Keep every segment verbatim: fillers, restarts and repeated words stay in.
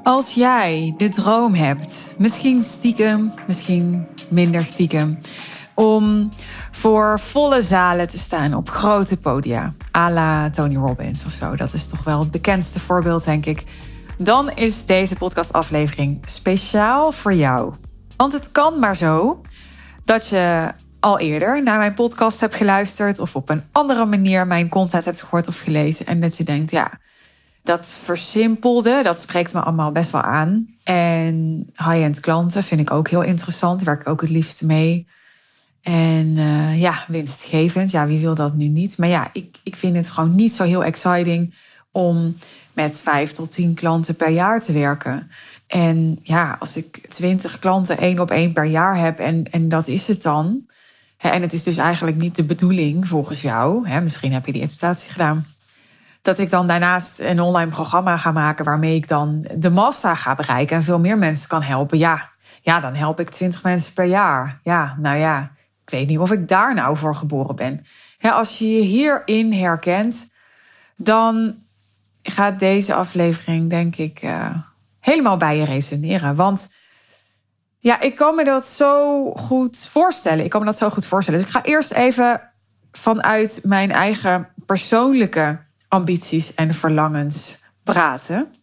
Als jij de droom hebt, misschien stiekem, misschien minder stiekem, om voor volle zalen te staan op grote podia, à la Tony Robbins of zo, dat is toch wel het bekendste voorbeeld, denk ik, dan is deze podcastaflevering speciaal voor jou. Want het kan maar zo dat je al eerder naar mijn podcast hebt geluisterd of op een andere manier mijn content hebt gehoord of gelezen en dat je denkt, ja, dat versimpelde, dat spreekt me allemaal best wel aan. En high-end klanten vind ik ook heel interessant. Daar werk ik ook het liefst mee. En uh, ja, winstgevend. Ja, wie wil dat nu niet? Maar ja, ik, ik vind het gewoon niet zo heel exciting om met vijf tot tien klanten per jaar te werken. En ja, als ik twintig klanten één op één per jaar heb en, en dat is het dan. Hè, en het is dus eigenlijk niet de bedoeling volgens jou. Hè, misschien heb je die interpretatie gedaan. Dat ik dan daarnaast een online programma ga maken waarmee ik dan de massa ga bereiken en veel meer mensen kan helpen. Ja, ja, dan help ik twintig mensen per jaar. Ja, nou ja, ik weet niet of ik daar nou voor geboren ben. Ja, als je je hierin herkent, dan gaat deze aflevering, denk ik, uh, helemaal bij je resoneren. Want ja, ik kan me dat zo goed voorstellen. Ik kan me dat zo goed voorstellen. Dus ik ga eerst even vanuit mijn eigen persoonlijke ambities en verlangens praten.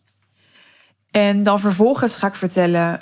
En dan vervolgens ga ik vertellen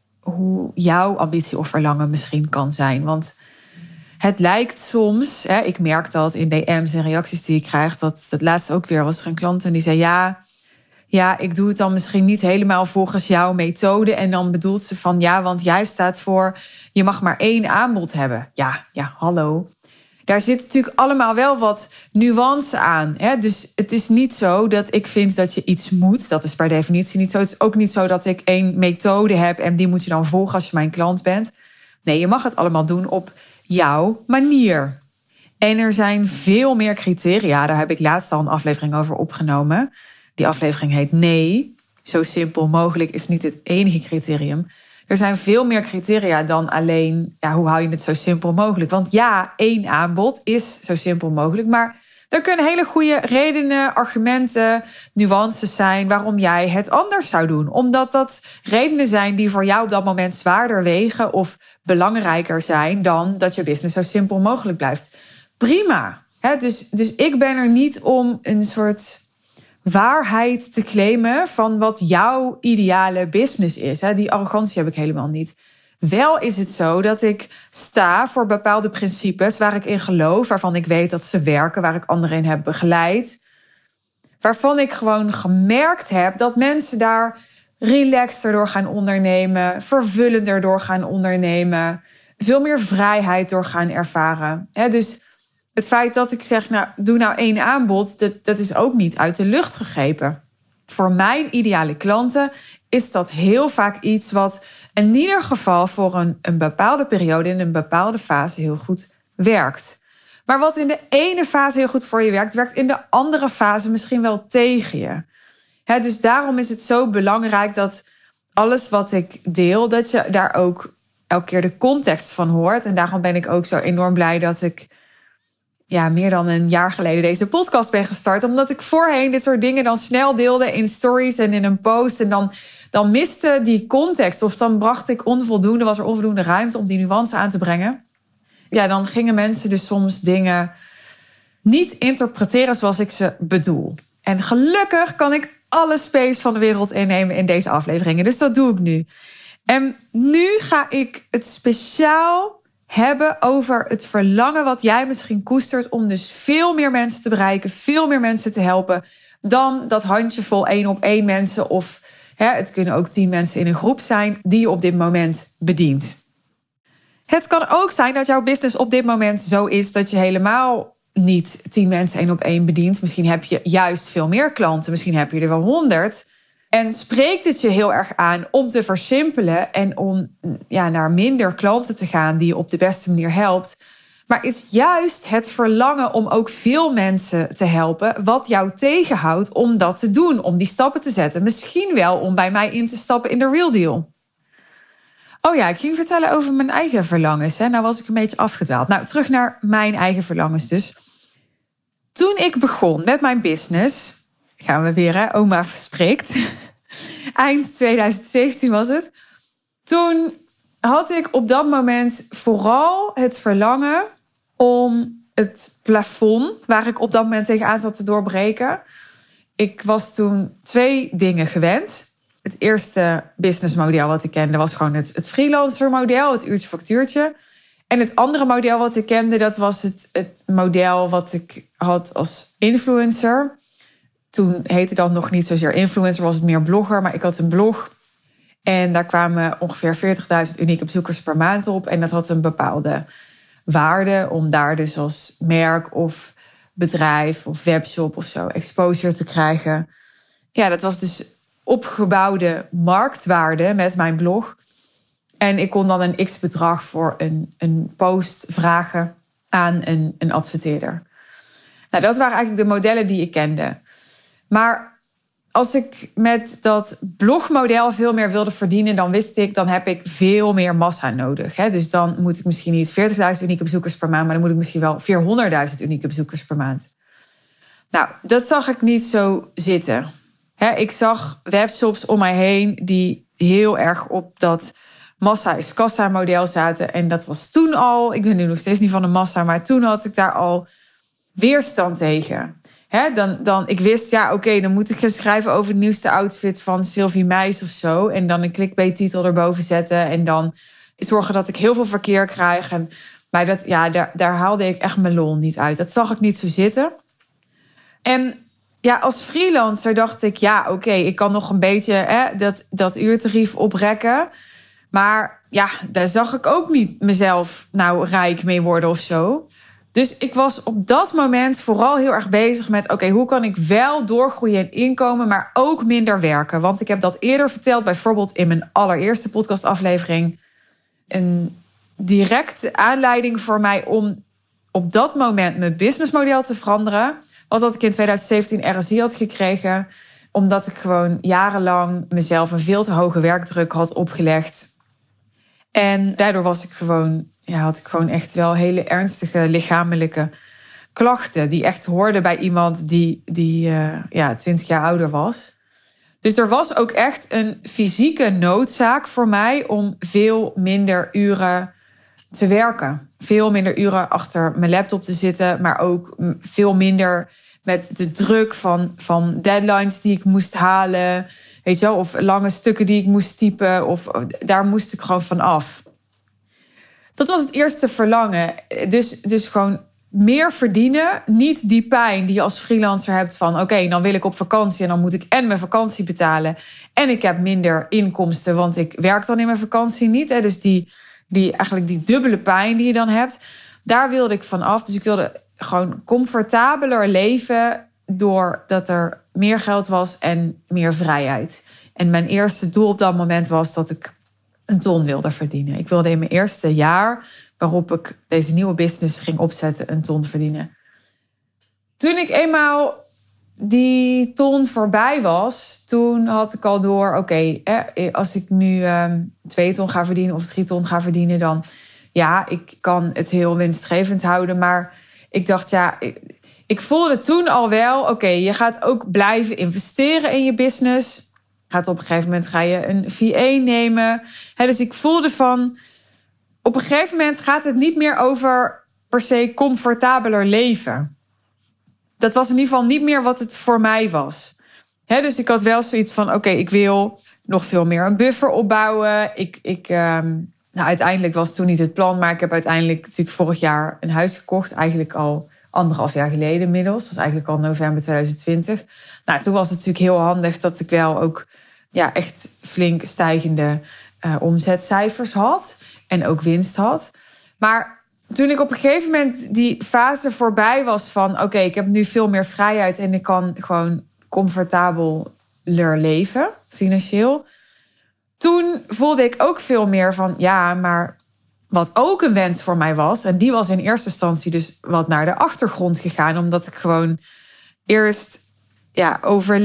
hoe jouw ambitie of verlangen misschien kan zijn. Want het lijkt soms, hè, ik merk dat in D M's en reacties die ik krijg, dat het laatste ook weer was er een klant en die zei, ja, ja, ik doe het dan misschien niet helemaal volgens jouw methode. En dan bedoelt ze van, ja, want jij staat voor, je mag maar één aanbod hebben. Ja, ja, hallo. Daar zit natuurlijk allemaal wel wat nuance aan. Hè? Dus het is niet zo dat ik vind dat je iets moet. Dat is per definitie niet zo. Het is ook niet zo dat ik één methode heb en die moet je dan volgen als je mijn klant bent. Nee, je mag het allemaal doen op jouw manier. En er zijn veel meer criteria. Daar heb ik laatst al een aflevering over opgenomen. Die aflevering heet Nee. Zo simpel mogelijk is niet het enige criterium. Er zijn veel meer criteria dan alleen, ja, hoe hou je het zo simpel mogelijk? Want ja, één aanbod is zo simpel mogelijk. Maar er kunnen hele goede redenen, argumenten, nuances zijn waarom jij het anders zou doen. Omdat dat redenen zijn die voor jou op dat moment zwaarder wegen of belangrijker zijn dan dat je business zo simpel mogelijk blijft. Prima. He, dus, dus ik ben er niet om een soort waarheid te claimen van wat jouw ideale business is. Die arrogantie heb ik helemaal niet. Wel is het zo dat ik sta voor bepaalde principes waar ik in geloof, waarvan ik weet dat ze werken, waar ik anderen in heb begeleid. Waarvan ik gewoon gemerkt heb dat mensen daar relaxter door gaan ondernemen, vervullender door gaan ondernemen, veel meer vrijheid door gaan ervaren. Dus het feit dat ik zeg, nou, doe nou één aanbod, dat, dat is ook niet uit de lucht gegrepen. Voor mijn ideale klanten is dat heel vaak iets wat in ieder geval voor een, een bepaalde periode, in een bepaalde fase heel goed werkt. Maar wat in de ene fase heel goed voor je werkt, werkt in de andere fase misschien wel tegen je. He, dus daarom is het zo belangrijk dat alles wat ik deel, dat je daar ook elke keer de context van hoort. En daarom ben ik ook zo enorm blij dat ik ja, meer dan een jaar geleden deze podcast ben gestart. Omdat ik voorheen dit soort dingen dan snel deelde in stories en in een post. En dan, dan miste die context. Of dan bracht ik onvoldoende, was er onvoldoende ruimte om die nuance aan te brengen. Ja, dan gingen mensen dus soms dingen niet interpreteren zoals ik ze bedoel. En gelukkig kan ik alle space van de wereld innemen in deze afleveringen. Dus dat doe ik nu. En nu ga ik het speciaal hebben over het verlangen wat jij misschien koestert om dus veel meer mensen te bereiken, veel meer mensen te helpen dan dat handjevol één op één mensen of hè, het kunnen ook tien mensen in een groep zijn die je op dit moment bedient. Het kan ook zijn dat jouw business op dit moment zo is dat je helemaal niet tien mensen één op één bedient. Misschien heb je juist veel meer klanten, misschien heb je er wel honderd. En spreekt het je heel erg aan om te versimpelen en om ja, naar minder klanten te gaan die je op de beste manier helpt. Maar is juist het verlangen om ook veel mensen te helpen wat jou tegenhoudt om dat te doen, om die stappen te zetten. Misschien wel om bij mij in te stappen in de Real Deal. Oh ja, ik ging vertellen over mijn eigen verlangens. Hè. Nou was ik een beetje afgedwaald. Nou, terug naar mijn eigen verlangens dus. Toen ik begon met mijn business, gaan we weer, hè, oma spreekt. Eind twintig zeventien was het. Toen had ik op dat moment vooral het verlangen om het plafond waar ik op dat moment tegenaan zat te doorbreken. Ik was toen twee dingen gewend. Het eerste businessmodel wat ik kende was gewoon het, het freelancer model, het uurtje factuurtje. En het andere model wat ik kende, dat was het, het model wat ik had als influencer. Toen heette dat nog niet zozeer influencer, was het meer blogger. Maar ik had een blog en daar kwamen ongeveer veertigduizend unieke bezoekers per maand op. En dat had een bepaalde waarde om daar dus als merk of bedrijf of webshop of zo exposure te krijgen. Ja, dat was dus opgebouwde marktwaarde met mijn blog. En ik kon dan een x-bedrag voor een, een post vragen aan een, een adverteerder. Nou, dat waren eigenlijk de modellen die ik kende. Maar als ik met dat blogmodel veel meer wilde verdienen, dan wist ik, dan heb ik veel meer massa nodig. Hè? Dus dan moet ik misschien niet veertigduizend unieke bezoekers per maand, maar dan moet ik misschien wel vierhonderdduizend unieke bezoekers per maand. Nou, dat zag ik niet zo zitten. Hè, ik zag webshops om mij heen die heel erg op dat massa is kassa model zaten. En dat was toen al, ik ben nu nog steeds niet van de massa, maar toen had ik daar al weerstand tegen. Hè, dan, dan, ik wist, ja oké, okay, dan moet ik gaan schrijven over de nieuwste outfit van Sylvie Meijs of zo. En dan een clickbait-titel erboven zetten. En dan zorgen dat ik heel veel verkeer krijg. En, maar dat, ja, daar, daar haalde ik echt mijn lol niet uit. Dat zag ik niet zo zitten. En ja, als freelancer dacht ik, ja oké, okay, ik kan nog een beetje hè, dat, dat uurtarief oprekken. Maar ja, daar zag ik ook niet mezelf nou rijk mee worden of zo. Dus ik was op dat moment vooral heel erg bezig met, oké, okay, hoe kan ik wel doorgroeien in inkomen, maar ook minder werken? Want ik heb dat eerder verteld, bijvoorbeeld in mijn allereerste podcastaflevering. Een directe aanleiding voor mij om op dat moment mijn businessmodel te veranderen was dat ik in twintig zeventien R S I had gekregen, omdat ik gewoon jarenlang mezelf een veel te hoge werkdruk had opgelegd. En daardoor was ik gewoon, ja, had ik gewoon echt wel hele ernstige lichamelijke klachten die echt hoorden bij iemand die, die uh, ja, twintig jaar ouder was. Dus er was ook echt een fysieke noodzaak voor mij om veel minder uren te werken. Veel minder uren achter mijn laptop te zitten, maar ook veel minder met de druk van, van deadlines die ik moest halen. Weet je wel, of lange stukken die ik moest typen. Of daar moest ik gewoon van af. Dat was het eerste verlangen. Dus, dus gewoon meer verdienen. Niet die pijn die je als freelancer hebt van, oké, okay, dan wil ik op vakantie en dan moet ik en mijn vakantie betalen. En ik heb minder inkomsten, want ik werk dan in mijn vakantie niet. Hè? Dus die, die, eigenlijk die dubbele pijn die je dan hebt, daar wilde ik van af. Dus ik wilde gewoon comfortabeler leven doordat er meer geld was en meer vrijheid. En mijn eerste doel op dat moment was dat ik een ton wilde verdienen. Ik wilde in mijn eerste jaar waarop ik deze nieuwe business ging opzetten een ton verdienen. Toen ik eenmaal die ton voorbij was, toen had ik al door, oké, okay, als ik nu um, twee ton ga verdienen of drie ton ga verdienen, dan ja, ik kan het heel winstgevend houden, maar ik dacht, ja, ik, ik voelde toen al wel, oké, okay, je gaat ook blijven investeren in je business. Gaat op een gegeven moment ga je een V A nemen. He, dus ik voelde van, op een gegeven moment gaat het niet meer over per se comfortabeler leven. Dat was in ieder geval niet meer wat het voor mij was. He, dus ik had wel zoiets van, oké, okay, ik wil nog veel meer een buffer opbouwen. Ik, ik, um, nou, uiteindelijk was het toen niet het plan, maar ik heb uiteindelijk natuurlijk vorig jaar een huis gekocht. Eigenlijk al anderhalf jaar geleden inmiddels. Dat was eigenlijk al november twintig twintig. Nou, toen was het natuurlijk heel handig dat ik wel ook ja, echt flink stijgende uh, omzetcijfers had. En ook winst had. Maar toen ik op een gegeven moment die fase voorbij was van, oké, okay, ik heb nu veel meer vrijheid en ik kan gewoon comfortabeler leven, financieel. Toen voelde ik ook veel meer van, ja, maar wat ook een wens voor mij was, en die was in eerste instantie dus wat naar de achtergrond gegaan, omdat ik gewoon eerst ja,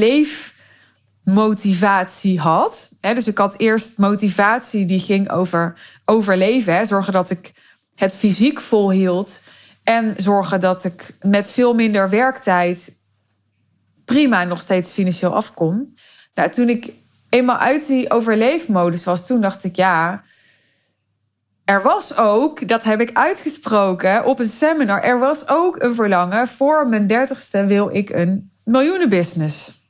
overleefmotivatie had. Dus ik had eerst motivatie die ging over overleven. Zorgen dat ik het fysiek volhield en zorgen dat ik met veel minder werktijd prima nog steeds financieel afkom. Nou, toen ik eenmaal uit die overleefmodus was, toen dacht ik, ja, er was ook, dat heb ik uitgesproken op een seminar, er was ook een verlangen. Voor mijn dertigste wil ik een miljoenenbusiness.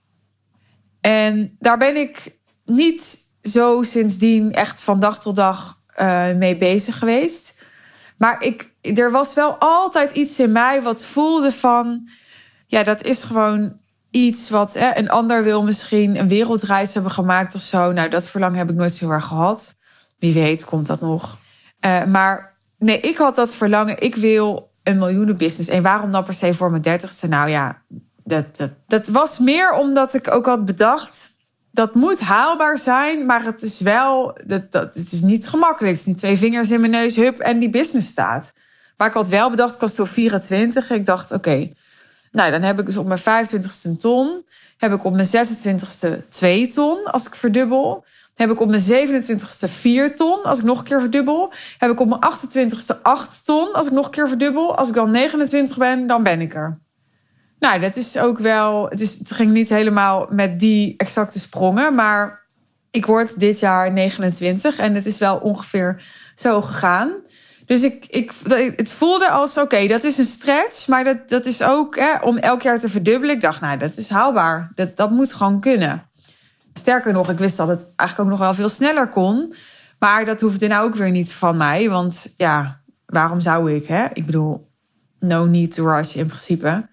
En daar ben ik niet zo sindsdien echt van dag tot dag uh, mee bezig geweest. Maar ik, er was wel altijd iets in mij wat voelde van, ja, dat is gewoon iets wat, hè, een ander wil misschien een wereldreis hebben gemaakt of zo. Nou, dat verlangen heb ik nooit zo heel erg gehad. Wie weet komt dat nog. Uh, maar nee, ik had dat verlangen. Ik wil een miljoenenbusiness. En waarom dan per se voor mijn dertigste? Nou ja, dat, dat, dat was meer omdat ik ook had bedacht, dat moet haalbaar zijn, maar het is wel, dat, dat, het is niet gemakkelijk. Het is niet twee vingers in mijn neus, hup, en die business staat. Maar ik had wel bedacht, ik was toen vierentwintig. Ik dacht, oké, okay, nou dan heb ik dus op mijn vijfentwintigste een ton. Heb ik op mijn zesentwintigste twee ton, als ik verdubbel. Heb ik op mijn zevenentwintigste vier ton, als ik nog een keer verdubbel. Heb ik op mijn achtentwintigste acht ton, als ik nog een keer verdubbel. Als ik dan negenentwintig ben, dan ben ik er. Nou, dat is ook wel, het, is, het ging niet helemaal met die exacte sprongen. Maar ik word dit jaar negenentwintig en het is wel ongeveer zo gegaan. Dus ik, ik, het voelde als, oké, okay, dat is een stretch. Maar dat, dat is ook, hè, om elk jaar te verdubbelen. Ik dacht, nou, dat is haalbaar. Dat, dat moet gewoon kunnen. Sterker nog, ik wist dat het eigenlijk ook nog wel veel sneller kon. Maar dat hoefde nou ook weer niet van mij. Want ja, waarom zou ik, hè? Ik bedoel, no need to rush in principe.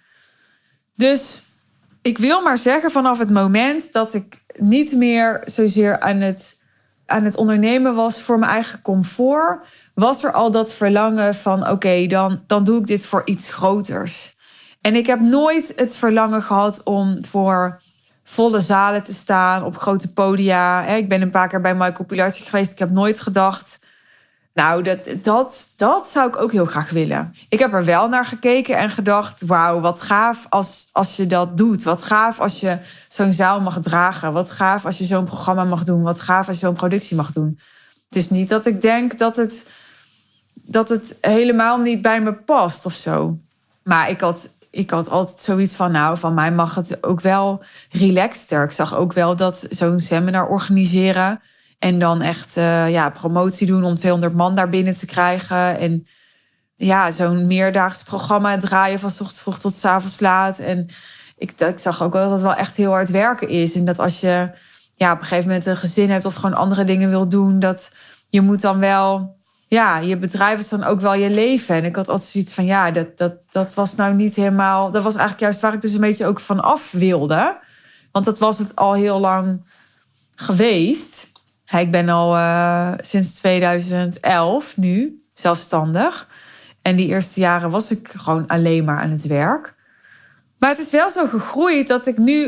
Dus ik wil maar zeggen, vanaf het moment dat ik niet meer zozeer aan het, aan het ondernemen was voor mijn eigen comfort, was er al dat verlangen van, oké, okay, dan, dan doe ik dit voor iets groters. En ik heb nooit het verlangen gehad om voor volle zalen te staan, op grote podia. Ik ben een paar keer bij Michael Pilarczyk geweest. Ik heb nooit gedacht, nou, dat, dat, dat zou ik ook heel graag willen. Ik heb er wel naar gekeken en gedacht, wauw, wat gaaf als, als je dat doet. Wat gaaf als je zo'n zaal mag dragen. Wat gaaf als je zo'n programma mag doen. Wat gaaf als je zo'n productie mag doen. Het is niet dat ik denk dat het, dat het helemaal niet bij me past of zo. Maar ik had, ik had altijd zoiets van, nou, van mij mag het ook wel relaxter. Ik zag ook wel dat zo'n seminar organiseren en dan echt uh, ja, promotie doen om tweehonderd man daar binnen te krijgen. En ja, zo'n meerdaags programma draaien van 's ochtends vroeg tot 's avonds laat. En ik, ik zag ook wel dat het wel echt heel hard werken is. En dat als je ja, op een gegeven moment een gezin hebt of gewoon andere dingen wil doen, dat je moet dan wel, ja, je bedrijf is dan ook wel je leven. En ik had altijd zoiets van, ja, dat, dat, dat was nou niet helemaal, dat was eigenlijk juist waar ik dus een beetje ook van af wilde. Want dat was het al heel lang geweest. Ik ben al uh, sinds tweeduizend elf nu zelfstandig. En die eerste jaren was ik gewoon alleen maar aan het werk. Maar het is wel zo gegroeid dat ik nu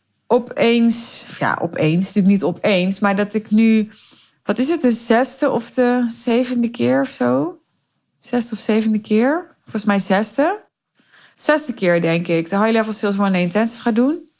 opeens, ja, opeens, natuurlijk niet opeens, maar dat ik nu, wat is het, de zesde of de zevende keer of zo? Zesde of zevende keer? Volgens mij zesde. Zesde keer, denk ik, de High Level Sales One Day Intensive ga doen.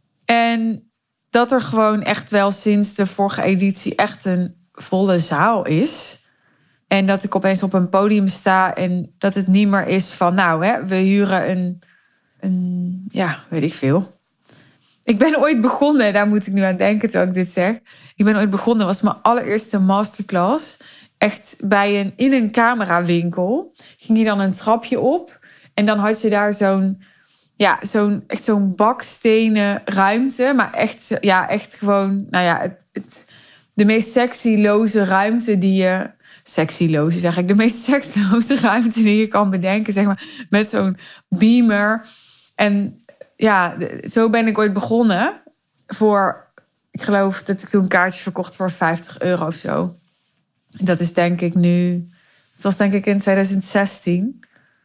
En dat er gewoon echt wel sinds de vorige editie echt een volle zaal is. En dat ik opeens op een podium sta en dat het niet meer is van, nou, hè, we huren een, een, ja, weet ik veel. Ik ben ooit begonnen, daar moet ik nu aan denken terwijl ik dit zeg. Ik ben ooit begonnen, was mijn allereerste masterclass. Echt bij een, in een camerawinkel. Ging je dan een trapje op en dan had je daar zo'n, ja, zo'n, echt zo'n bakstenen ruimte. Maar echt, ja, echt gewoon, nou ja, het, het, de meest sexyloze ruimte die je, sexyloze zeg ik, de meest seksloze ruimte die je kan bedenken, zeg maar, met zo'n beamer. En ja, zo ben ik ooit begonnen voor, ik geloof dat ik toen kaartjes verkocht voor vijftig euro of zo. Dat is denk ik nu, het was denk ik in twintig zestien.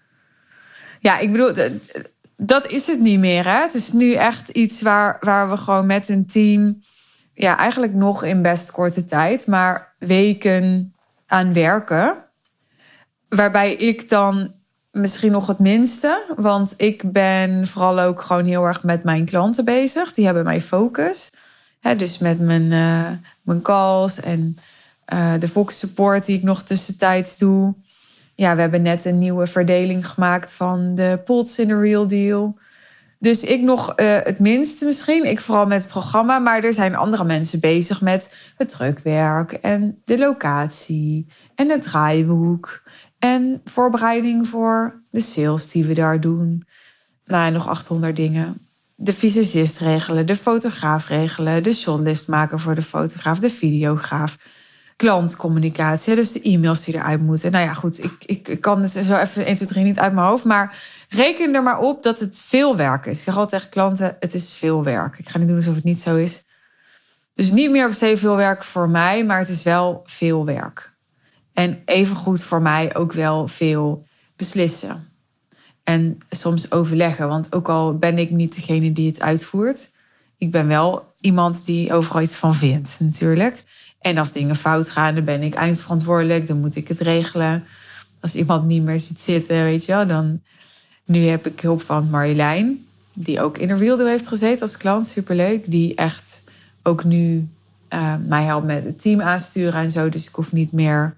Ja, ik bedoel, dat is het niet meer, hè. Het is nu echt iets waar, waar we gewoon met een team, ja, eigenlijk nog in best korte tijd, maar weken aan werken. Waarbij ik dan misschien nog het minste, want ik ben vooral ook gewoon heel erg met mijn klanten bezig. Die hebben mijn focus. He, dus met mijn, uh, mijn calls en uh, de Fox Support die ik nog tussentijds doe. Ja, we hebben net een nieuwe verdeling gemaakt van de pots in de Real Deal. Dus ik nog uh, het minste misschien. Ik vooral met het programma. Maar er zijn andere mensen bezig met het drukwerk. En de locatie. En het draaiboek. En voorbereiding voor de sales die we daar doen. Nou, en nog achthonderd dingen. De visagist regelen. De fotograaf regelen. De shotlist maken voor de fotograaf. De videograaf. Klantcommunicatie. Dus de e-mails die eruit moeten. Nou ja, goed. Ik, ik, ik kan het zo even één, twee, drie niet uit mijn hoofd. Maar reken er maar op dat het veel werk is. Ik zeg altijd tegen klanten, het is veel werk. Ik ga niet doen alsof het niet zo is. Dus niet meer per se veel werk voor mij, maar het is wel veel werk. En evengoed voor mij ook wel veel beslissen. En soms overleggen, want ook al ben ik niet degene die het uitvoert, ik ben wel iemand die overal iets van vindt natuurlijk. En als dingen fout gaan, dan ben ik eindverantwoordelijk, dan moet ik het regelen. Als iemand niet meer ziet zitten, weet je wel, dan... Nu heb ik hulp van Marjolein, die ook in de Real Deal heeft gezeten als klant. Superleuk. Die echt ook nu uh, mij helpt met het team aansturen en zo. Dus ik hoef niet meer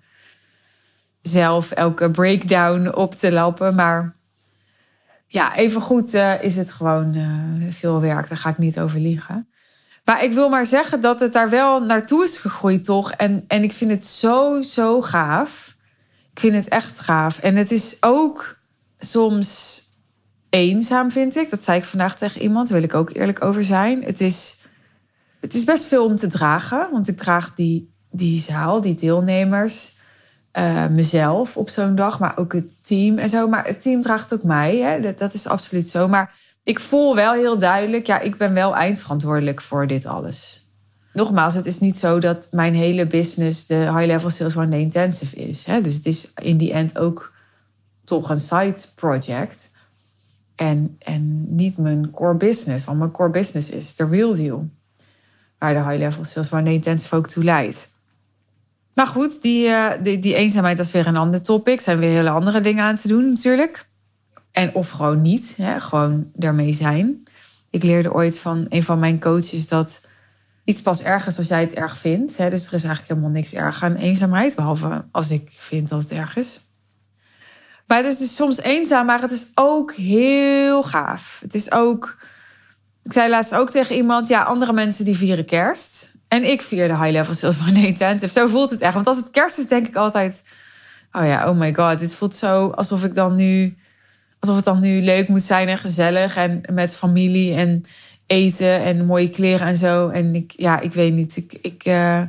zelf elke breakdown op te lappen. Maar ja, evengoed uh, is het gewoon uh, veel werk. Daar ga ik niet over liegen. Maar ik wil maar zeggen dat het daar wel naartoe is gegroeid, toch? En, en ik vind het zo, zo gaaf. Ik vind het echt gaaf. En het is ook soms eenzaam, vind ik. Dat zei ik vandaag tegen iemand. Daar wil ik ook eerlijk over zijn. Het is, het is best veel om te dragen. Want ik draag die, die zaal, die deelnemers, uh, mezelf op zo'n dag. Maar ook het team en zo. Maar het team draagt ook mij. Hè? Dat, dat is absoluut zo. Maar ik voel wel heel duidelijk, ja, ik ben wel eindverantwoordelijk voor dit alles. Nogmaals, het is niet zo dat mijn hele business de High Level Sales One Day Intensive is. Hè? Dus het is in die end ook toch een side project. En, en niet mijn core business. Want mijn core business is de Real Deal. Waar de High Level Sales One Day Intensive ook toe leidt. Maar goed, die, uh, die, die eenzaamheid, dat is weer een ander topic. Er zijn weer hele andere dingen aan te doen natuurlijk. En of gewoon niet. Hè? Gewoon daarmee zijn. Ik leerde ooit van een van mijn coaches dat iets pas erg is als jij het erg vindt. Hè? Dus er is eigenlijk helemaal niks erg aan eenzaamheid. Behalve als ik vind dat het erg is. Maar het is dus soms eenzaam, maar het is ook heel gaaf. Het is ook... Ik zei laatst ook tegen iemand, ja, andere mensen die vieren kerst. En ik vier de High Level Sales One Day Intensive. Zo voelt het echt. Want als het kerst is, denk ik altijd, oh ja, oh my god, dit voelt zo alsof ik dan nu... Alsof het dan nu leuk moet zijn en gezellig. En met familie en eten en mooie kleren en zo. En ik, ja, ik weet niet. Ik, ik, uh,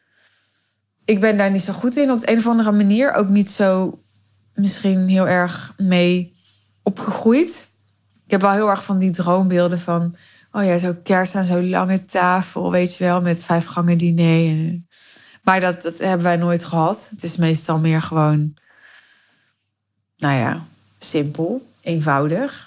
ik ben daar niet zo goed in. Op de een of andere manier ook niet zo misschien heel erg mee opgegroeid. Ik heb wel heel erg van die droombeelden van... Oh ja, zo kerst aan zo'n lange tafel, weet je wel, met vijf gangen diner. Maar dat, dat hebben wij nooit gehad. Het is meestal meer gewoon, nou ja, simpel, eenvoudig.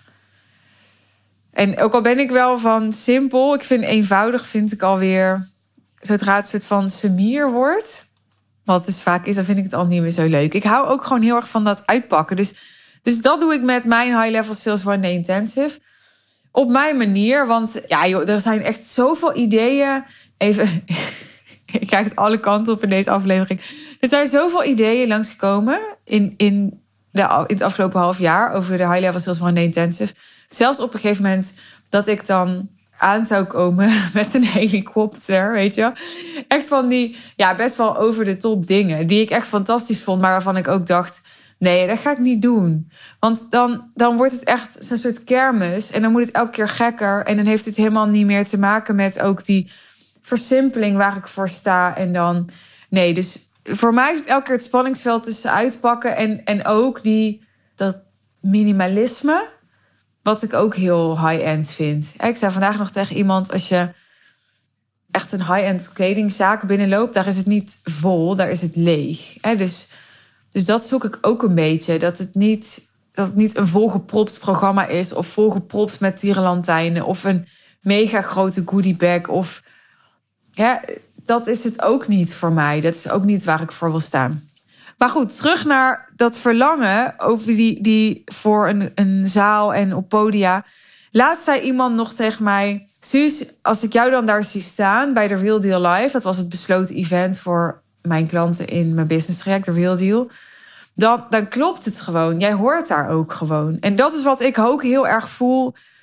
En ook al ben ik wel van simpel, ik vind eenvoudig, vind ik alweer, zodra het soort van semier wordt, wat dus vaak is, dan vind ik het al niet meer zo leuk. Ik hou ook gewoon heel erg van dat uitpakken. Dus, dus dat doe ik met mijn High Level Sales One Day Intensive. Op mijn manier, want ja, joh, er zijn echt zoveel ideeën. Even, ik kijk het alle kanten op in deze aflevering. Er zijn zoveel ideeën langsgekomen in, in, de, in het afgelopen half jaar over de High Level Sales One Day Intensive. Zelfs op een gegeven moment dat ik dan aan zou komen met een helikopter, weet je. Echt van die, ja, best wel over de top dingen die ik echt fantastisch vond, maar waarvan ik ook dacht, nee, dat ga ik niet doen. Want dan, dan wordt het echt zo'n soort kermis. En dan moet het elke keer gekker. En dan heeft het helemaal niet meer te maken met ook die versimpeling waar ik voor sta. En dan, nee, dus voor mij is het elke keer het spanningsveld tussen uitpakken. En, en ook die, dat minimalisme. Wat ik ook heel high-end vind. Ik zei vandaag nog tegen iemand, als je echt een high-end kledingzaak binnenloopt, daar is het niet vol, daar is het leeg. Dus... Dus dat zoek ik ook een beetje. Dat het niet, dat het niet een volgepropt programma is. Of volgepropt met tierenlantijnen. Of een mega grote goodiebag. Of ja, dat is het ook niet voor mij. Dat is ook niet waar ik voor wil staan. Maar goed, terug naar dat verlangen over die, die voor een, een zaal en op podia. Laatst zei iemand nog tegen mij, Suus, als ik jou dan daar zie staan bij de Real Deal Live. Dat was het besloten event voor mijn klanten in mijn business traject, de Real Deal. Dan, dan klopt het gewoon. Jij hoort daar ook gewoon. En dat is wat ik ook heel erg voel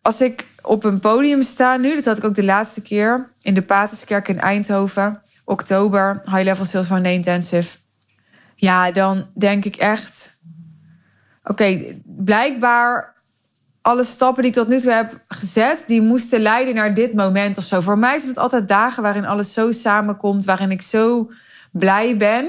als ik op een podium sta nu, dat had ik ook de laatste keer in de Paterskerk in Eindhoven, oktober, High Level Sales One Day Intensive. Ja, dan denk ik echt, oké, okay, blijkbaar alle stappen die ik tot nu toe heb gezet, die moesten leiden naar dit moment of zo. Voor mij zijn het altijd dagen waarin alles zo samenkomt, waarin ik zo blij ben.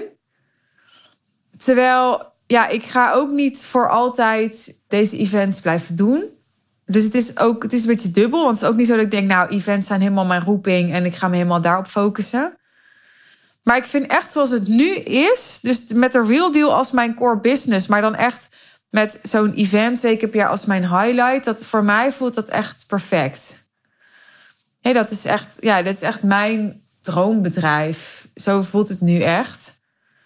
Terwijl, ja, ik ga ook niet voor altijd deze events blijven doen. Dus het is ook, het is een beetje dubbel. Want het is ook niet zo dat ik denk, nou, events zijn helemaal mijn roeping en ik ga me helemaal daarop focussen. Maar ik vind echt zoals het nu is, dus met de Real Deal als mijn core business, maar dan echt met zo'n event twee keer per jaar als mijn highlight, dat voor mij voelt dat echt perfect. Hey, dat is echt, ja, dat is echt mijn droombedrijf. Zo voelt het nu echt.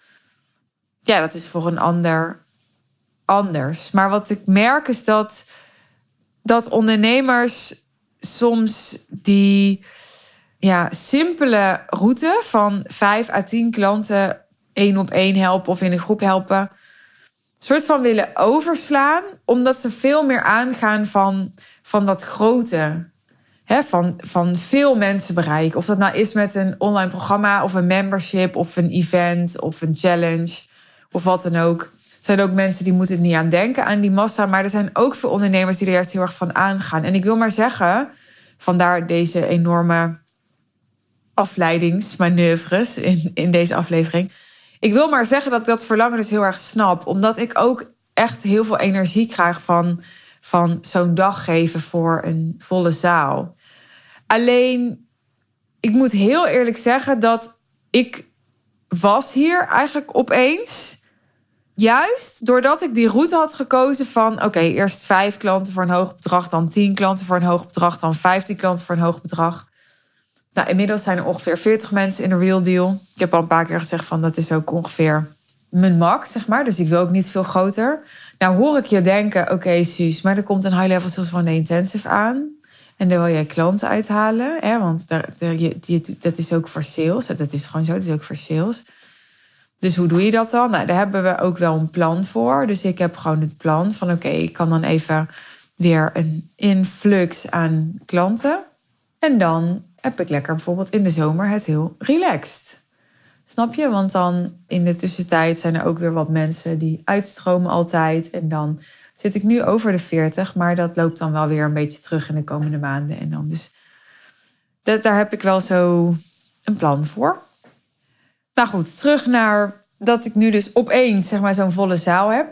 Ja, dat is voor een ander anders. Maar wat ik merk is dat, dat ondernemers soms die ja, simpele route van vijf à tien klanten één op één helpen of in een groep helpen, soort van willen overslaan, omdat ze veel meer aangaan van, van dat grote. Hè, van, van veel mensen bereiken. Of dat nou is met een online programma of een membership of een event of een challenge of wat dan ook. Er zijn ook mensen die moeten er niet aan denken, aan die massa. Maar er zijn ook veel ondernemers die er juist heel erg van aangaan. En ik wil maar zeggen, vandaar deze enorme afleidingsmanoeuvres in, in deze aflevering. Ik wil maar zeggen dat ik dat verlangen dus heel erg snap. Omdat ik ook echt heel veel energie krijg van, van zo'n dag geven voor een volle zaal. Alleen, ik moet heel eerlijk zeggen dat ik was hier eigenlijk opeens, juist doordat ik die route had gekozen van oké, okay, eerst vijf klanten voor een hoog bedrag, dan tien klanten voor een hoog bedrag, dan vijftien klanten voor een hoog bedrag. Nou, inmiddels zijn er ongeveer veertig mensen in de Real Deal. Ik heb al een paar keer gezegd van dat is ook ongeveer mijn max, zeg maar. Dus ik wil ook niet veel groter. Nou hoor ik je denken, oké okay, Suus, maar er komt een High Level Sales One Day Intensive aan. En daar wil jij klanten uithalen. Hè? Want daar, daar, je, je, dat is ook voor sales. Dat is gewoon zo, dat is ook voor sales. Dus hoe doe je dat dan? Nou, daar hebben we ook wel een plan voor. Dus ik heb gewoon het plan van oké, okay, ik kan dan even weer een influx aan klanten. En dan heb ik lekker bijvoorbeeld in de zomer het heel relaxed. Snap je? Want dan in de tussentijd zijn er ook weer wat mensen die uitstromen altijd. En dan zit ik nu over de veertig, maar dat loopt dan wel weer een beetje terug in de komende maanden. En dan dus, dat, daar heb ik wel zo een plan voor. Nou goed, terug naar dat ik nu dus opeens zeg maar zo'n volle zaal heb.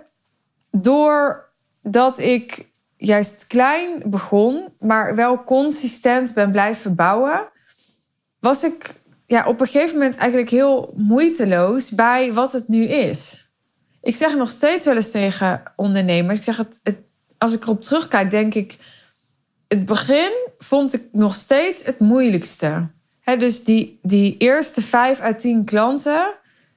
Doordat ik juist klein begon, maar wel consistent ben blijven bouwen, was ik ja, op een gegeven moment eigenlijk heel moeiteloos bij wat het nu is. Ik zeg nog steeds wel eens tegen ondernemers, ik zeg het, het als ik erop terugkijk, denk ik, het begin vond ik nog steeds het moeilijkste. He, dus die, die eerste vijf à tien klanten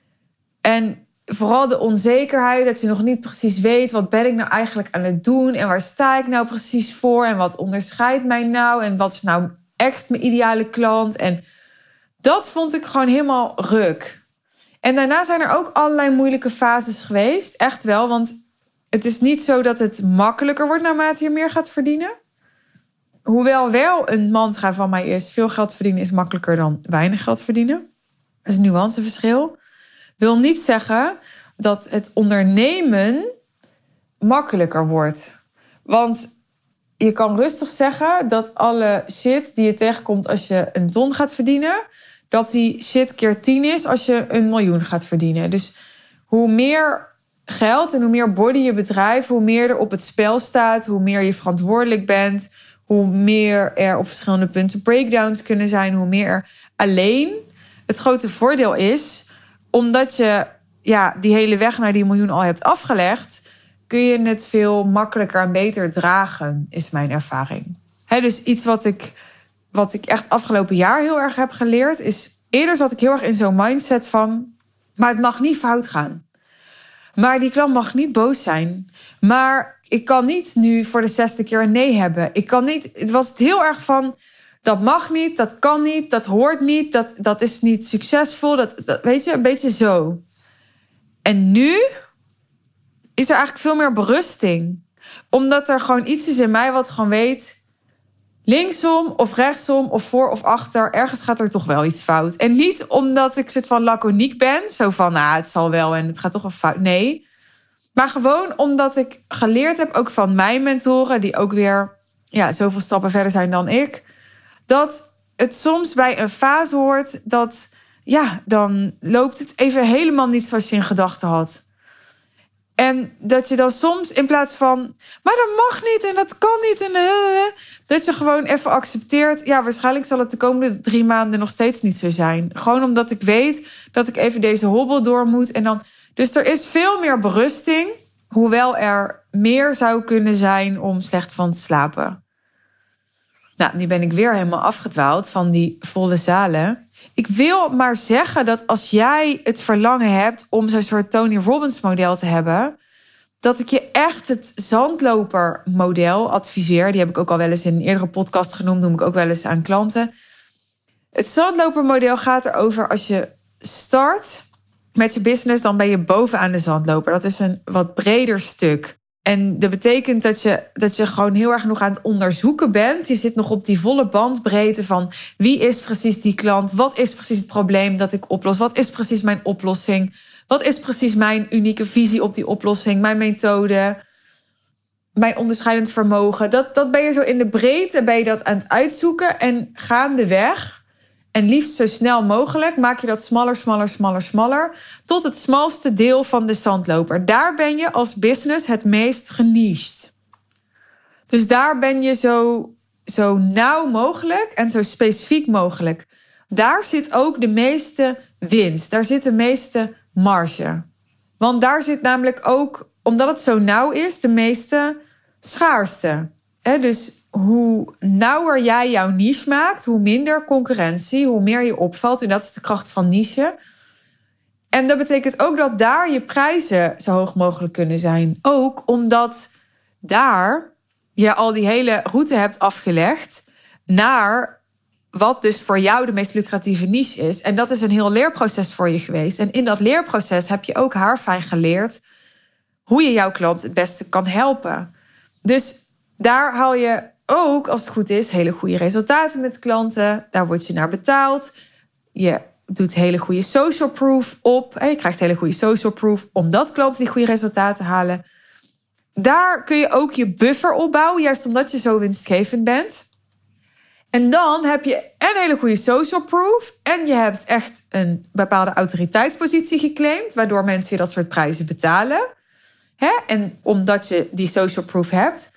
en vooral de onzekerheid dat je nog niet precies weet, wat ben ik nou eigenlijk aan het doen en waar sta ik nou precies voor en wat onderscheidt mij nou en wat is nou echt mijn ideale klant. En dat vond ik gewoon helemaal ruk. En daarna zijn er ook allerlei moeilijke fases geweest. Echt wel, want het is niet zo dat het makkelijker wordt naarmate je meer gaat verdienen. Hoewel wel een mantra van mij is, veel geld verdienen is makkelijker dan weinig geld verdienen. Dat is een nuanceverschil. Wil niet zeggen dat het ondernemen makkelijker wordt. Want je kan rustig zeggen dat alle shit die je tegenkomt als je een ton gaat verdienen, dat die shit keer tien is als je een miljoen gaat verdienen. Dus hoe meer geld en hoe meer body je bedrijf, hoe meer er op het spel staat, hoe meer je verantwoordelijk bent, hoe meer er op verschillende punten breakdowns kunnen zijn, hoe meer er alleen. Het grote voordeel is, omdat je ja, die hele weg naar die miljoen al hebt afgelegd, kun je het veel makkelijker en beter dragen, is mijn ervaring. He, dus iets wat ik, wat ik echt afgelopen jaar heel erg heb geleerd, is eerder zat ik heel erg in zo'n mindset van, maar het mag niet fout gaan. Maar die klant mag niet boos zijn. Maar ik kan niet nu voor de zesde keer een nee hebben. Ik kan niet, het was het heel erg van, dat mag niet, dat kan niet, dat hoort niet, dat, dat is niet succesvol. Dat, dat, weet je, een beetje zo. En nu is er eigenlijk veel meer berusting. Omdat er gewoon iets is in mij wat gewoon weet, linksom of rechtsom of voor of achter, ergens gaat er toch wel iets fout. En niet omdat ik soort van laconiek ben, zo van, nou, het zal wel en het gaat toch wel fout. Nee, maar gewoon omdat ik geleerd heb, ook van mijn mentoren, die ook weer ja, zoveel stappen verder zijn dan ik, dat het soms bij een fase hoort dat, ja, dan loopt het even helemaal niet zoals je in gedachten had. En dat je dan soms in plaats van, maar dat mag niet en dat kan niet. En, uh, dat je gewoon even accepteert, ja, waarschijnlijk zal het de komende drie maanden nog steeds niet zo zijn. Gewoon omdat ik weet dat ik even deze hobbel door moet. En dan, dus er is veel meer berusting, hoewel er meer zou kunnen zijn om slecht van te slapen. Nou, nu ben ik weer helemaal afgedwaald van die volle zalen. Ik wil maar zeggen dat als jij het verlangen hebt om zo'n soort Tony Robbins model te hebben, dat ik je echt het zandlopermodel adviseer. Die heb ik ook al wel eens in een eerdere podcast genoemd, noem ik ook wel eens aan klanten. Het zandlopermodel gaat erover als je start met je business, dan ben je bovenaan de zandloper. Dat is een wat breder stuk. En dat betekent dat je, dat je gewoon heel erg nog aan het onderzoeken bent. Je zit nog op die volle bandbreedte van wie is precies die klant? Wat is precies het probleem dat ik oplos? Wat is precies mijn oplossing? Wat is precies mijn unieke visie op die oplossing? Mijn methode? Mijn onderscheidend vermogen? Dat, dat ben je zo in de breedte ben je dat aan het uitzoeken. En gaandeweg, en liefst zo snel mogelijk, maak je dat smaller, smaller, smaller, smaller. Tot het smalste deel van de zandloper. Daar ben je als business het meest geniched. Dus daar ben je zo, zo nauw mogelijk en zo specifiek mogelijk. Daar zit ook de meeste winst. Daar zit de meeste marge. Want daar zit namelijk ook, omdat het zo nauw is, de meeste schaarste. He, dus hoe nauwer jij jouw niche maakt, hoe minder concurrentie, hoe meer je opvalt. En dat is de kracht van niche. En dat betekent ook dat daar je prijzen zo hoog mogelijk kunnen zijn. Ook omdat daar je al die hele route hebt afgelegd naar wat dus voor jou de meest lucratieve niche is. En dat is een heel leerproces voor je geweest. En in dat leerproces heb je ook haarfijn geleerd hoe je jouw klant het beste kan helpen. Dus daar haal je ook, als het goed is, hele goede resultaten met klanten. Daar word je naar betaald. Je doet hele goede social proof op. Je krijgt hele goede social proof omdat klanten die goede resultaten halen. Daar kun je ook je buffer opbouwen, juist omdat je zo winstgevend bent. En dan heb je een hele goede social proof. En je hebt echt een bepaalde autoriteitspositie geclaimd, waardoor mensen je dat soort prijzen betalen. Hè? En omdat je die social proof hebt.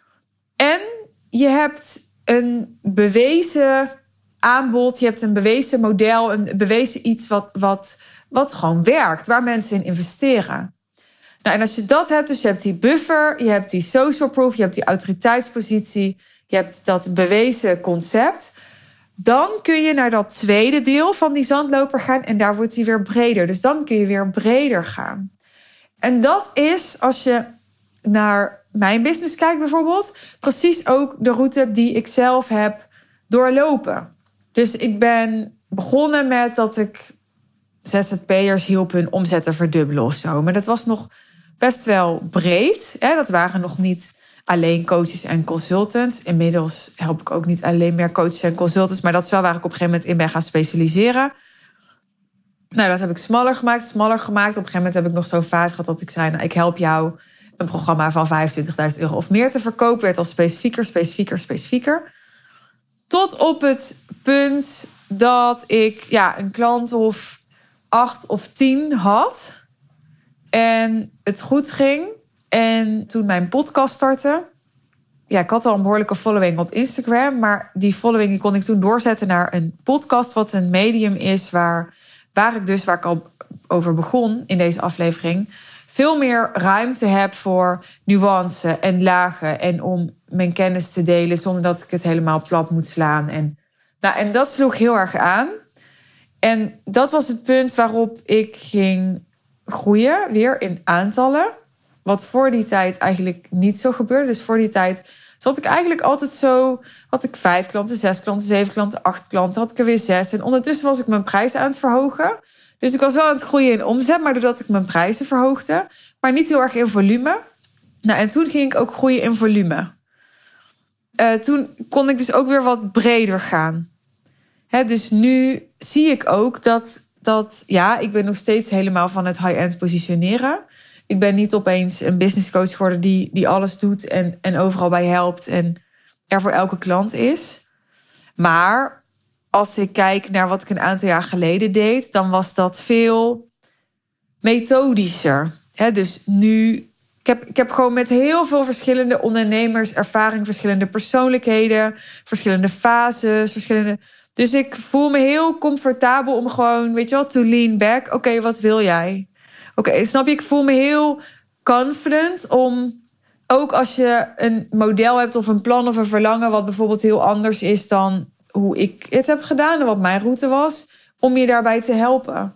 En je hebt een bewezen aanbod, je hebt een bewezen model, een bewezen iets wat, wat, wat gewoon werkt, waar mensen in investeren. Nou, en als je dat hebt, dus je hebt die buffer, je hebt die social proof, je hebt die autoriteitspositie, je hebt dat bewezen concept, dan kun je naar dat tweede deel van die zandloper gaan en daar wordt die weer breder. Dus dan kun je weer breder gaan. En dat is, als je naar mijn business kijkt bijvoorbeeld, precies ook de route die ik zelf heb doorlopen. Dus ik ben begonnen met dat ik Z Z P'ers hielp hun omzet te verdubbelen of zo. Maar dat was nog best wel breed. Hè? Dat waren nog niet alleen coaches en consultants. Inmiddels help ik ook niet alleen meer coaches en consultants. Maar dat is wel waar ik op een gegeven moment in ben gaan specialiseren. Nou, dat heb ik smaller gemaakt, smaller gemaakt. Op een gegeven moment heb ik nog zo'n fase gehad dat ik zei, nou, ik help jou een programma van vijfentwintigduizend euro of meer te verkopen. Werd al specifieker, specifieker, specifieker. Tot op het punt dat ik ja, een klant of acht of tien had. En het goed ging. En toen mijn podcast startte. Ja, ik had al een behoorlijke following op Instagram. Maar die following die kon ik toen doorzetten naar een podcast. Wat een medium is waar, waar ik dus, waar ik al over begon in deze aflevering, veel meer ruimte heb voor nuance en lagen. En om mijn kennis te delen zonder dat ik het helemaal plat moet slaan. En, nou, en dat sloeg heel erg aan. En dat was het punt waarop ik ging groeien, weer in aantallen. Wat voor die tijd eigenlijk niet zo gebeurde. Dus voor die tijd zat ik eigenlijk altijd zo, had ik vijf klanten, zes klanten, zeven klanten, acht klanten. Had ik er weer zes. En ondertussen was ik mijn prijzen aan het verhogen. Dus ik was wel aan het groeien in omzet, maar doordat ik mijn prijzen verhoogde. Maar niet heel erg in volume. Nou, en toen ging ik ook groeien in volume. uh, toen kon ik dus ook weer wat breder gaan. Hè, dus nu zie ik ook dat, dat... Ja, ik ben nog steeds helemaal van het high-end positioneren. Ik ben niet opeens een business coach geworden die, die alles doet en, en overal bij helpt en er voor elke klant is. Maar als ik kijk naar wat ik een aantal jaar geleden deed, dan was dat veel methodischer. He, dus nu, ik heb, ik heb gewoon met heel veel verschillende ondernemers ervaring, verschillende persoonlijkheden, verschillende fases, verschillende... Dus ik voel me heel comfortabel om gewoon, weet je wel, to lean back. Oké, okay, wat wil jij? Oké, okay, snap je? Ik voel me heel confident om, ook als je een model hebt of een plan of een verlangen wat bijvoorbeeld heel anders is dan hoe ik het heb gedaan en wat mijn route was, om je daarbij te helpen.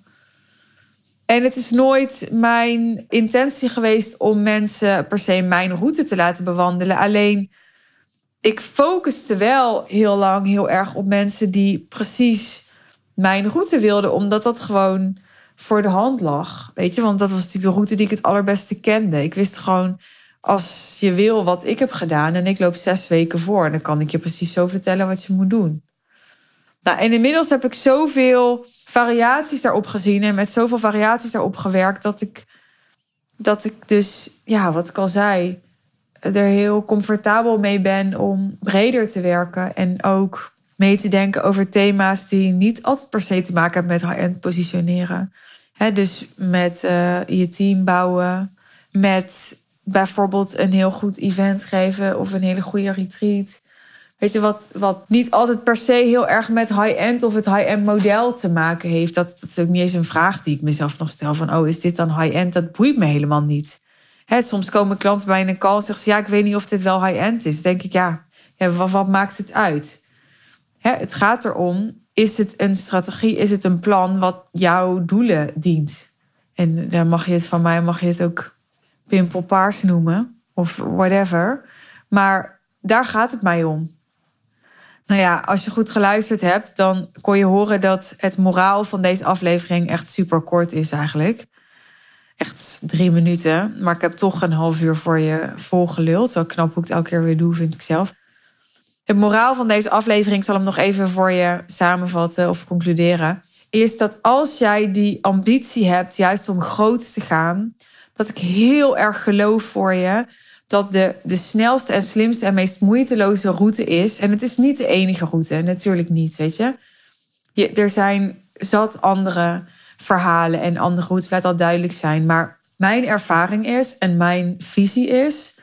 En het is nooit mijn intentie geweest om mensen per se mijn route te laten bewandelen. Alleen, ik focuste wel heel lang heel erg op mensen die precies mijn route wilden, omdat dat gewoon voor de hand lag. Weet je, want dat was natuurlijk de route die ik het allerbeste kende. Ik wist gewoon, als je wil wat ik heb gedaan en ik loop zes weken voor, dan kan ik je precies zo vertellen wat je moet doen. Nou, en inmiddels heb ik zoveel variaties daarop gezien en met zoveel variaties daarop gewerkt, dat ik, dat ik dus, ja, wat ik al zei, er heel comfortabel mee ben om breder te werken en ook mee te denken over thema's die niet altijd per se te maken hebben met high-end positioneren. He, dus met uh, je team bouwen, met bijvoorbeeld een heel goed event geven of een hele goede retreat. Weet je, wat, wat niet altijd per se heel erg met high-end of het high-end model te maken heeft. Dat, dat is ook niet eens een vraag die ik mezelf nog stel van, oh, is dit dan high-end? Dat boeit me helemaal niet. He, soms komen klanten bij in een call en zeggen ze, ja, ik weet niet of dit wel high-end is. Dan denk ik, ja, ja wat, wat maakt het uit? He, het gaat erom, is het een strategie, is het een plan wat jouw doelen dient? En dan mag je het van mij, mag je het ook pimpelpaars noemen of whatever. Maar daar gaat het mij om. Nou ja, als je goed geluisterd hebt, dan kon je horen dat het moraal van deze aflevering echt super kort is eigenlijk. Echt drie minuten. Maar ik heb toch een half uur voor je volgeluld. Zo knap hoe ik het elke keer weer doe, vind ik zelf. Het moraal van deze aflevering, ik zal hem nog even voor je samenvatten of concluderen, is dat als jij die ambitie hebt juist om groots te gaan, dat ik heel erg geloof voor je dat de, de snelste en slimste en meest moeiteloze route is. En het is niet de enige route, natuurlijk niet, weet je. je er zijn zat andere verhalen en andere routes, laat dat duidelijk zijn. Maar mijn ervaring is en mijn visie is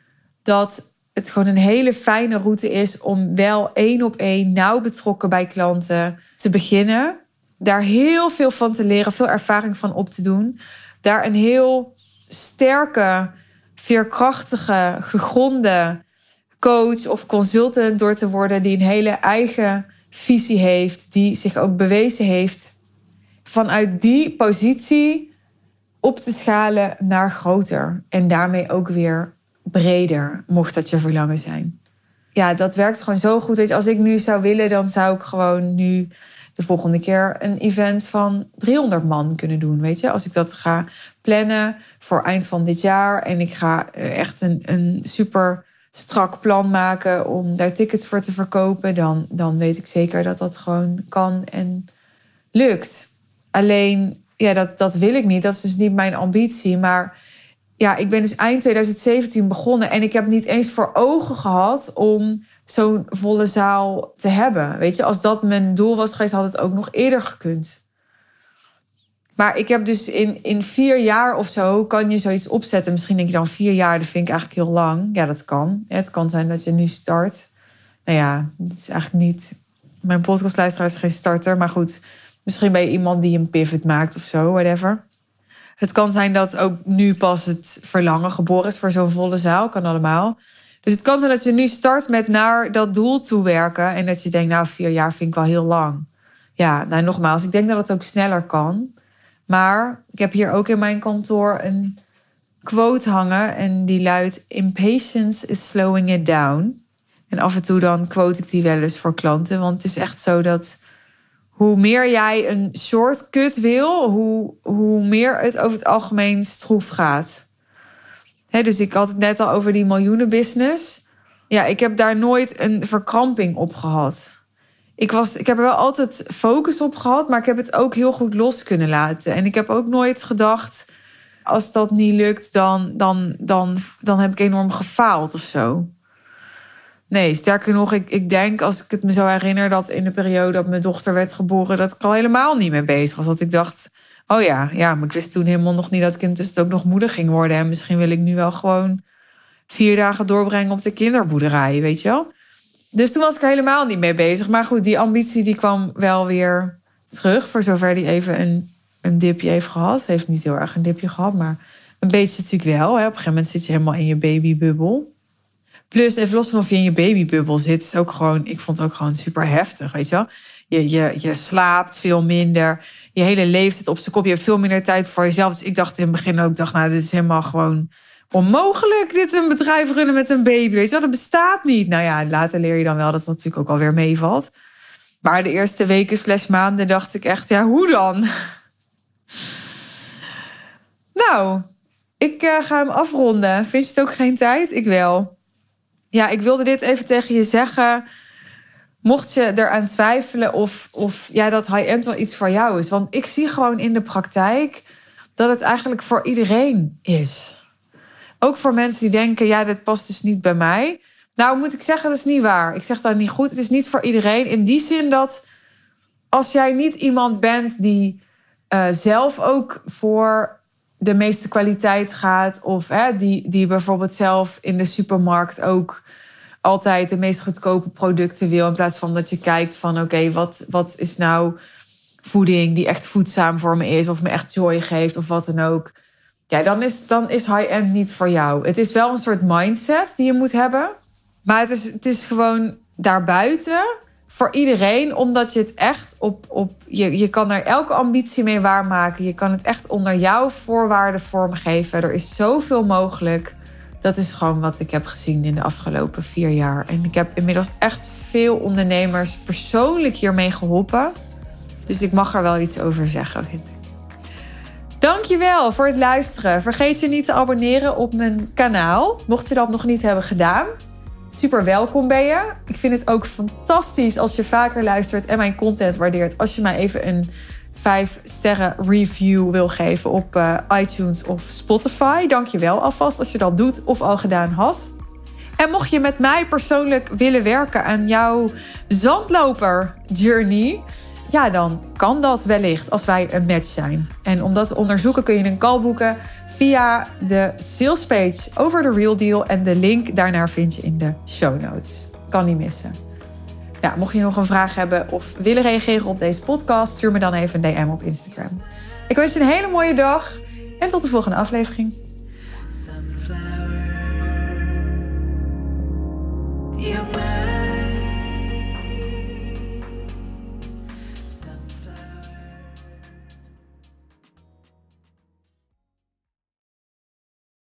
dat het gewoon een hele fijne route is om wel één op één nauw betrokken bij klanten te beginnen. Daar heel veel van te leren, veel ervaring van op te doen. Daar een heel sterke, veerkrachtige, gegronde coach of consultant door te worden die een hele eigen visie heeft, die zich ook bewezen heeft vanuit die positie op te schalen naar groter. En daarmee ook weer breder, mocht dat je verlangen zijn. Ja, dat werkt gewoon zo goed. Weet je, als ik nu zou willen, dan zou ik gewoon nu de volgende keer een event van driehonderd man kunnen doen. Weet je, als ik dat ga plannen voor eind van dit jaar en ik ga echt een, een super strak plan maken om daar tickets voor te verkopen, dan, dan weet ik zeker dat dat gewoon kan en lukt. Alleen, ja, dat, dat wil ik niet. Dat is dus niet mijn ambitie. Maar ja, ik ben dus eind twintig zeventien begonnen en ik heb niet eens voor ogen gehad om zo'n volle zaal te hebben. Weet je, als dat mijn doel was geweest, had het ook nog eerder gekund. Maar ik heb dus in, in vier jaar of zo kan je zoiets opzetten. Misschien denk je dan vier jaar, dat vind ik eigenlijk heel lang. Ja, dat kan. Het kan zijn dat je nu start. Nou ja, dat is eigenlijk niet... Mijn podcastluisteraar is geen starter, maar goed. Misschien ben je iemand die een pivot maakt of zo, whatever. Het kan zijn dat ook nu pas het verlangen geboren is voor zo'n volle zaal. Kan allemaal. Dus het kan zijn dat je nu start met naar dat doel toe werken. En dat je denkt, nou, vier jaar vind ik wel heel lang. Ja, nou nogmaals, ik denk dat het ook sneller kan. Maar ik heb hier ook in mijn kantoor een quote hangen. En die luidt, impatience is slowing it down. En af en toe dan quote ik die wel eens voor klanten. Want het is echt zo dat hoe meer jij een shortcut wil, hoe, hoe meer het over het algemeen stroef gaat. He, dus ik had het net al over die miljoenenbusiness. Ja, ik heb daar nooit een verkramping op gehad. Ik, was, ik heb er wel altijd focus op gehad, maar ik heb het ook heel goed los kunnen laten. En ik heb ook nooit gedacht, als dat niet lukt, dan, dan, dan, dan heb ik enorm gefaald of zo. Nee, sterker nog, ik, ik denk, als ik het me zo herinner, dat in de periode dat mijn dochter werd geboren, dat ik al helemaal niet mee bezig was. Dat ik dacht, oh ja, ja, maar ik wist toen helemaal nog niet dat ik intussen ook nog moeder ging worden. En misschien wil ik nu wel gewoon vier dagen doorbrengen op de kinderboerderij, weet je wel. Dus toen was ik er helemaal niet mee bezig. Maar goed, die ambitie die kwam wel weer terug, voor zover die even een, een dipje heeft gehad. Heeft niet heel erg een dipje gehad, maar een beetje natuurlijk wel. Hè. Op een gegeven moment zit je helemaal in je babybubbel. Plus, even los van of je in je babybubbel zit, is ook gewoon, ik vond het ook gewoon super heftig, weet je wel. Je, je, je slaapt veel minder. Je hele leven zit op zijn kop. Je hebt veel minder tijd voor jezelf. Dus ik dacht in het begin ook, dacht, nou, dit is helemaal gewoon onmogelijk, dit een bedrijf runnen met een baby. Weet je wel, dat bestaat niet. Nou ja, later leer je dan wel dat dat natuurlijk ook alweer meevalt. Maar de eerste weken slash maanden dacht ik echt, ja, hoe dan? Nou, ik uh, ga hem afronden. Vind je het ook geen tijd? Ik wel. Ja, ik wilde dit even tegen je zeggen. Mocht je eraan twijfelen of, of ja, dat high-end wel iets voor jou is. Want ik zie gewoon in de praktijk dat het eigenlijk voor iedereen is. Ook voor mensen die denken, ja, dit past dus niet bij mij. Nou, moet ik zeggen, dat is niet waar. Ik zeg dat niet goed. Het is niet voor iedereen. In die zin dat als jij niet iemand bent die uh, zelf ook voor de meeste kwaliteit gaat, of hè, die, die bijvoorbeeld zelf in de supermarkt ook altijd de meest goedkope producten wil, in plaats van dat je kijkt van oké, okay, wat, wat is nou voeding die echt voedzaam voor me is, of me echt joy geeft, of wat dan ook. Ja, dan is, dan is high-end niet voor jou. Het is wel een soort mindset die je moet hebben. Maar het is, het is gewoon daarbuiten voor iedereen. Omdat je het echt op... op je, je kan er elke ambitie mee waarmaken. Je kan het echt onder jouw voorwaarden vormgeven. Er is zoveel mogelijk. Dat is gewoon wat ik heb gezien in de afgelopen vier jaar. En ik heb inmiddels echt veel ondernemers persoonlijk hiermee geholpen. Dus ik mag er wel iets over zeggen, vind ik. Dankjewel voor het luisteren. Vergeet je niet te abonneren op mijn kanaal. Mocht je dat nog niet hebben gedaan. Super welkom ben je. Ik vind het ook fantastisch als je vaker luistert en mijn content waardeert. Als je mij even een vijf sterren review wil geven op uh, iTunes of Spotify. Dankjewel alvast als je dat doet of al gedaan had. En mocht je met mij persoonlijk willen werken aan jouw zandloper journey, ja, dan kan dat wellicht als wij een match zijn. En om dat te onderzoeken kun je een call boeken via de salespage over de Real Deal. En de link daarnaar vind je in de show notes. Kan niet missen. Ja, mocht je nog een vraag hebben of willen reageren op deze podcast, stuur me dan even een D M op Instagram. Ik wens je een hele mooie dag en tot de volgende aflevering. Sunflower,